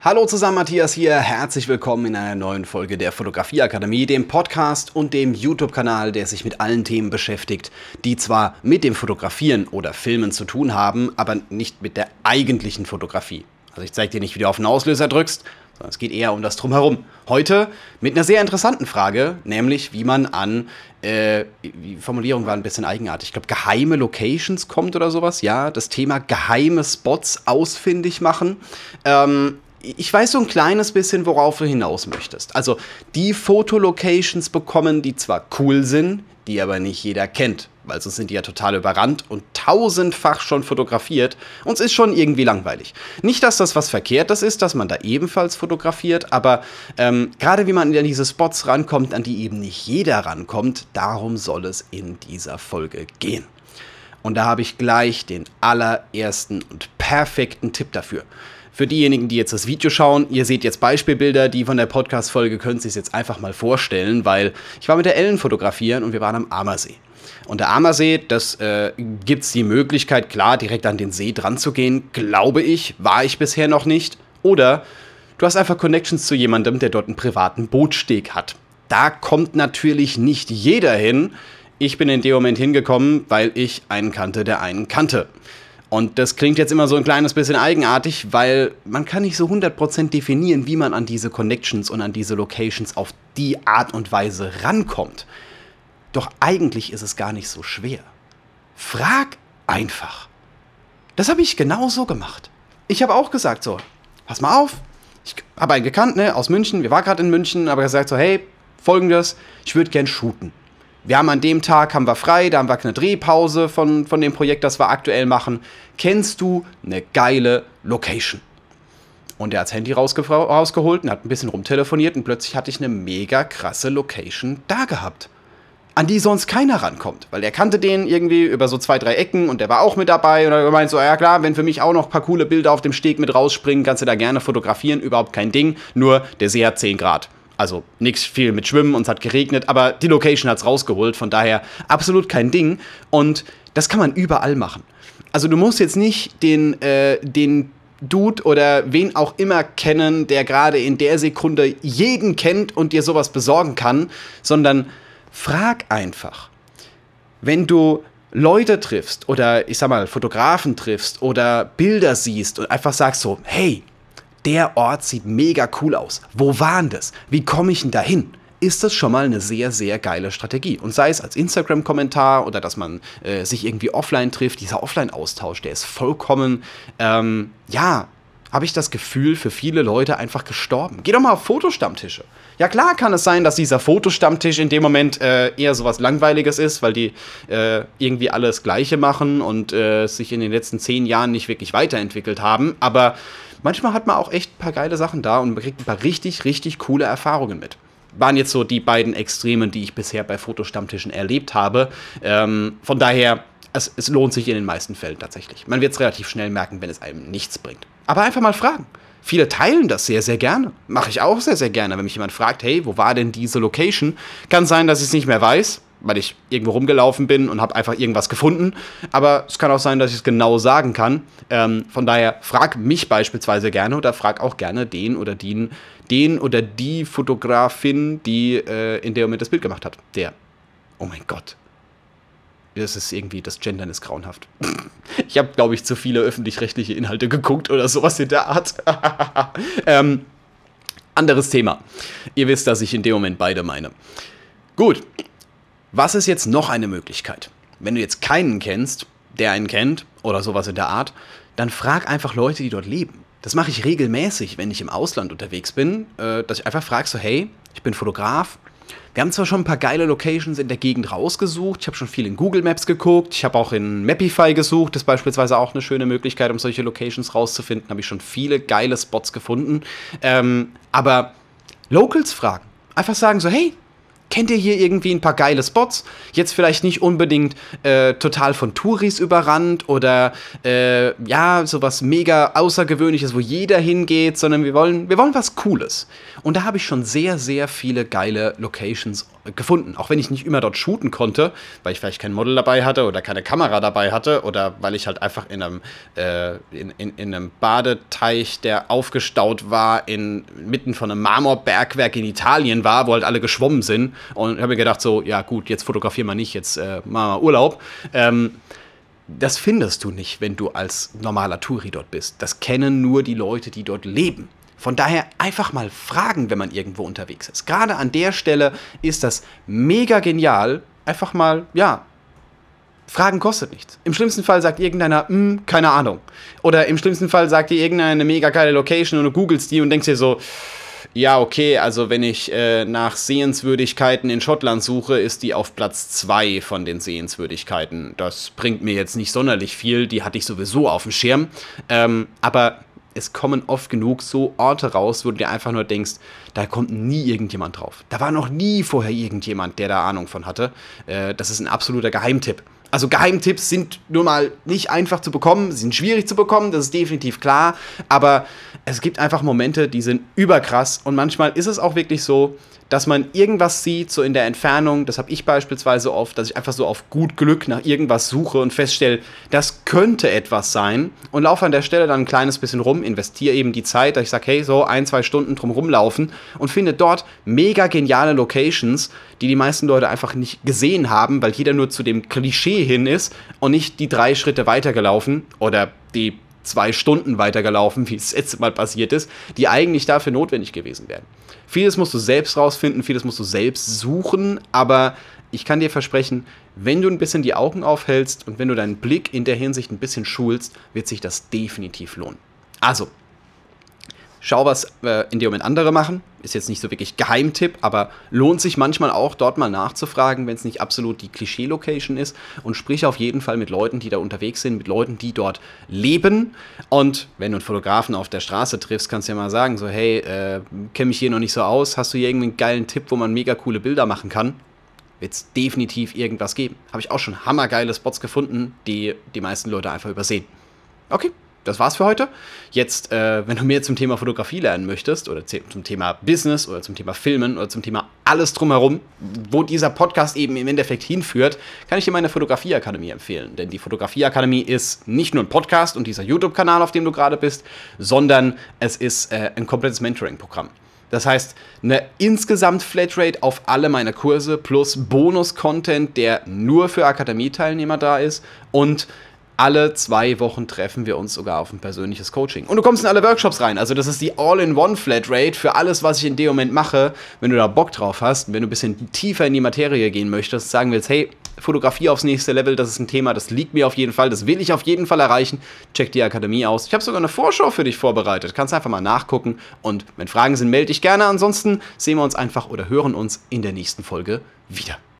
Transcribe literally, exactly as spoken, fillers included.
Hallo zusammen, Matthias hier. Herzlich willkommen in einer neuen Folge der Fotografieakademie, dem Podcast und dem YouTube-Kanal, der sich mit allen Themen beschäftigt, die zwar mit dem Fotografieren oder Filmen zu tun haben, aber nicht mit der eigentlichen Fotografie. Also ich zeige dir nicht, wie du auf den Auslöser drückst, sondern es geht eher um das Drumherum. Heute mit einer sehr interessanten Frage, nämlich wie man an, äh, die Formulierung war ein bisschen eigenartig, ich glaube geheime Locations kommt oder sowas, ja, das Thema geheime Spots ausfindig machen. Ähm, Ich weiß so ein kleines bisschen, worauf du hinaus möchtest. Also die Fotolocations bekommen, die zwar cool sind, die aber nicht jeder kennt, weil sonst sind die ja total überrannt und tausendfach schon fotografiert und es ist schon irgendwie langweilig. Nicht, dass das was Verkehrtes ist, dass man da ebenfalls fotografiert, aber ähm, gerade wie man an diese Spots rankommt, an die eben nicht jeder rankommt, darum soll es in dieser Folge gehen. Und da habe ich gleich den allerersten und perfekten Tipp dafür. Für diejenigen, die jetzt das Video schauen, ihr seht jetzt Beispielbilder, die von der Podcast-Folge können sich jetzt einfach mal vorstellen, weil ich war mit der Ellen fotografieren und wir waren am Ammersee. Und der Ammersee, das äh, gibt es die Möglichkeit, klar, direkt an den See dran zu gehen, glaube ich, war ich bisher noch nicht. Oder du hast einfach Connections zu jemandem, der dort einen privaten Bootsteg hat. Da kommt natürlich nicht jeder hin. Ich bin in dem Moment hingekommen, weil ich einen kannte, der einen kannte. Und das klingt jetzt immer so ein kleines bisschen eigenartig, weil man kann nicht so hundert Prozent definieren, wie man an diese Connections und an diese Locations auf die Art und Weise rankommt. Doch eigentlich ist es gar nicht so schwer. Frag einfach. Das habe ich genauso gemacht. Ich habe auch gesagt so, pass mal auf, ich habe einen gekannt, ne, aus München, wir waren gerade in München, aber gesagt so, hey, folgendes, ich würde gern shooten. Wir haben an dem Tag, haben wir frei, da haben wir eine Drehpause von, von dem Projekt, das wir aktuell machen. Kennst du eine geile Location? Und er hat das Handy rausge rausgeholt und hat ein bisschen rumtelefoniert und plötzlich hatte ich eine mega krasse Location da gehabt, an die sonst keiner rankommt. Weil er kannte den irgendwie über so zwei, drei Ecken und der war auch mit dabei. Und er meint so, ja klar, wenn für mich auch noch ein paar coole Bilder auf dem Steg mit rausspringen, kannst du da gerne fotografieren, überhaupt kein Ding. Nur der See hat zehn Grad. Also nichts viel mit Schwimmen und es hat geregnet, aber die Location hat es rausgeholt, von daher absolut kein Ding. Und das kann man überall machen. Also du musst jetzt nicht den, äh, den Dude oder wen auch immer kennen, der gerade in der Sekunde jeden kennt und dir sowas besorgen kann, sondern frag einfach. Wenn du Leute triffst oder ich sag mal Fotografen triffst oder Bilder siehst und einfach sagst so, hey, der Ort sieht mega cool aus. Wo war denn das? Wie komme ich denn da hin? Ist das schon mal eine sehr, sehr geile Strategie. Und sei es als Instagram-Kommentar oder dass man äh, sich irgendwie offline trifft, dieser Offline-Austausch, der ist vollkommen, ähm, ja, habe ich das Gefühl, für viele Leute einfach gestorben. Geh doch mal auf Fotostammtische. Ja klar kann es sein, dass dieser Fotostammtisch in dem Moment äh, eher sowas Langweiliges ist, weil die äh, irgendwie alles Gleiche machen und äh, sich in den letzten zehn Jahren nicht wirklich weiterentwickelt haben. Aber manchmal hat man auch echt ein paar geile Sachen da und man kriegt ein paar richtig, richtig coole Erfahrungen mit. Waren jetzt so die beiden Extremen, die ich bisher bei Fotostammtischen erlebt habe. Ähm, von daher, es, es lohnt sich in den meisten Fällen tatsächlich. Man wird es relativ schnell merken, wenn es einem nichts bringt. Aber einfach mal fragen. Viele teilen das sehr, sehr gerne. Mache ich auch sehr, sehr gerne, wenn mich jemand fragt, hey, wo war denn diese Location? Kann sein, dass ich es nicht mehr weiß, weil ich irgendwo rumgelaufen bin und habe einfach irgendwas gefunden. Aber es kann auch sein, dass ich es genau sagen kann. Ähm, von daher, frag mich beispielsweise gerne oder frag auch gerne den oder den, den oder die Fotografin, die äh, in der Moment das Bild gemacht hat. Der. Oh mein Gott. Das ist irgendwie, das Gendern ist grauenhaft. Ich habe, glaube ich, zu viele öffentlich-rechtliche Inhalte geguckt oder sowas in der Art. ähm, anderes Thema. Ihr wisst, dass ich in dem Moment beide meine. Gut. Was ist jetzt noch eine Möglichkeit? Wenn du jetzt keinen kennst, der einen kennt oder sowas in der Art, dann frag einfach Leute, die dort leben. Das mache ich regelmäßig, wenn ich im Ausland unterwegs bin, äh, dass ich einfach frage so, hey, ich bin Fotograf. Wir haben zwar schon ein paar geile Locations in der Gegend rausgesucht, ich habe schon viel in Google Maps geguckt, ich habe auch in Mapify gesucht, das ist beispielsweise auch eine schöne Möglichkeit, um solche Locations rauszufinden, habe ich schon viele geile Spots gefunden. Ähm, aber Locals fragen, einfach sagen so, hey, kennt ihr hier irgendwie ein paar geile Spots? Jetzt vielleicht nicht unbedingt äh, total von Touris überrannt oder äh, ja, sowas mega Außergewöhnliches, wo jeder hingeht, sondern wir wollen, wir wollen was Cooles. Und da habe ich schon sehr, sehr viele geile Locations gefunden. Auch wenn ich nicht immer dort shooten konnte, weil ich vielleicht kein Model dabei hatte oder keine Kamera dabei hatte oder weil ich halt einfach in einem, äh, in, in, in einem Badeteich, der aufgestaut war, in, mitten von einem Marmorbergwerk in Italien war, wo halt alle geschwommen sind. Und ich habe mir gedacht so, ja gut, jetzt fotografieren wir nicht, jetzt äh, machen wir Urlaub. Ähm, das findest du nicht, wenn du als normaler Touri dort bist. Das kennen nur die Leute, die dort leben. Von daher einfach mal fragen, wenn man irgendwo unterwegs ist. Gerade an der Stelle ist das mega genial. Einfach mal, ja, Fragen kostet nichts. Im schlimmsten Fall sagt irgendeiner, hm, keine Ahnung. Oder im schlimmsten Fall sagt dir irgendeine mega geile Location und du googelst die und denkst dir so, ja, okay, also wenn ich äh, nach Sehenswürdigkeiten in Schottland suche, ist die auf Platz zwei von den Sehenswürdigkeiten. Das bringt mir jetzt nicht sonderlich viel, die hatte ich sowieso auf dem Schirm. Ähm, aber es kommen oft genug so Orte raus, wo du dir einfach nur denkst, da kommt nie irgendjemand drauf. Da war noch nie vorher irgendjemand, der da Ahnung von hatte. Äh, das ist ein absoluter Geheimtipp. Also Geheimtipps sind nun mal nicht einfach zu bekommen, sie sind schwierig zu bekommen, das ist definitiv klar, aber es gibt einfach Momente, die sind überkrass und manchmal ist es auch wirklich so, dass man irgendwas sieht, so in der Entfernung, das habe ich beispielsweise oft, dass ich einfach so auf gut Glück nach irgendwas suche und feststelle, das könnte etwas sein und laufe an der Stelle dann ein kleines bisschen rum, investiere eben die Zeit, dass ich sage, hey, so ein, zwei Stunden drum rumlaufen und finde dort mega geniale Locations, die die meisten Leute einfach nicht gesehen haben, weil jeder nur zu dem Klischee hin ist und nicht die drei Schritte weitergelaufen oder die zwei Stunden weitergelaufen, wie es letzte Mal passiert ist, die eigentlich dafür notwendig gewesen wären. Vieles musst du selbst rausfinden, vieles musst du selbst suchen, aber ich kann dir versprechen, wenn du ein bisschen die Augen aufhältst und wenn du deinen Blick in der Hinsicht ein bisschen schulst, wird sich das definitiv lohnen. Also, schau, was äh, in dem Moment andere machen. Ist jetzt nicht so wirklich Geheimtipp, aber lohnt sich manchmal auch, dort mal nachzufragen, wenn es nicht absolut die Klischee-Location ist. Und sprich auf jeden Fall mit Leuten, die da unterwegs sind, mit Leuten, die dort leben. Und wenn du einen Fotografen auf der Straße triffst, kannst du ja mal sagen, so, hey, äh, kenne mich hier noch nicht so aus. Hast du hier irgendwie einen geilen Tipp, wo man mega coole Bilder machen kann? Wird es definitiv irgendwas geben. Habe ich auch schon hammergeile Spots gefunden, die die meisten Leute einfach übersehen. Okay. Das war's für heute. Jetzt, äh, wenn du mehr zum Thema Fotografie lernen möchtest oder zum Thema Business oder zum Thema Filmen oder zum Thema alles drumherum, wo dieser Podcast eben im Endeffekt hinführt, kann ich dir meine Fotografieakademie empfehlen. Denn die Fotografieakademie ist nicht nur ein Podcast und dieser YouTube-Kanal, auf dem du gerade bist, sondern es ist äh, ein komplettes Mentoring-Programm. Das heißt, eine insgesamt Flatrate auf alle meine Kurse plus Bonus-Content, der nur für Akademie-Teilnehmer da ist und alle zwei Wochen treffen wir uns sogar auf ein persönliches Coaching. Und du kommst in alle Workshops rein. Also das ist die All-in-One-Flatrate für alles, was ich in dem Moment mache. Wenn du da Bock drauf hast und wenn du ein bisschen tiefer in die Materie gehen möchtest, sagen wir jetzt, hey, Fotografie aufs nächste Level, das ist ein Thema, das liegt mir auf jeden Fall, das will ich auf jeden Fall erreichen. Check die Akademie aus. Ich habe sogar eine Vorschau für dich vorbereitet. Kannst einfach mal nachgucken. Und wenn Fragen sind, melde dich gerne. Ansonsten sehen wir uns einfach oder hören uns in der nächsten Folge wieder.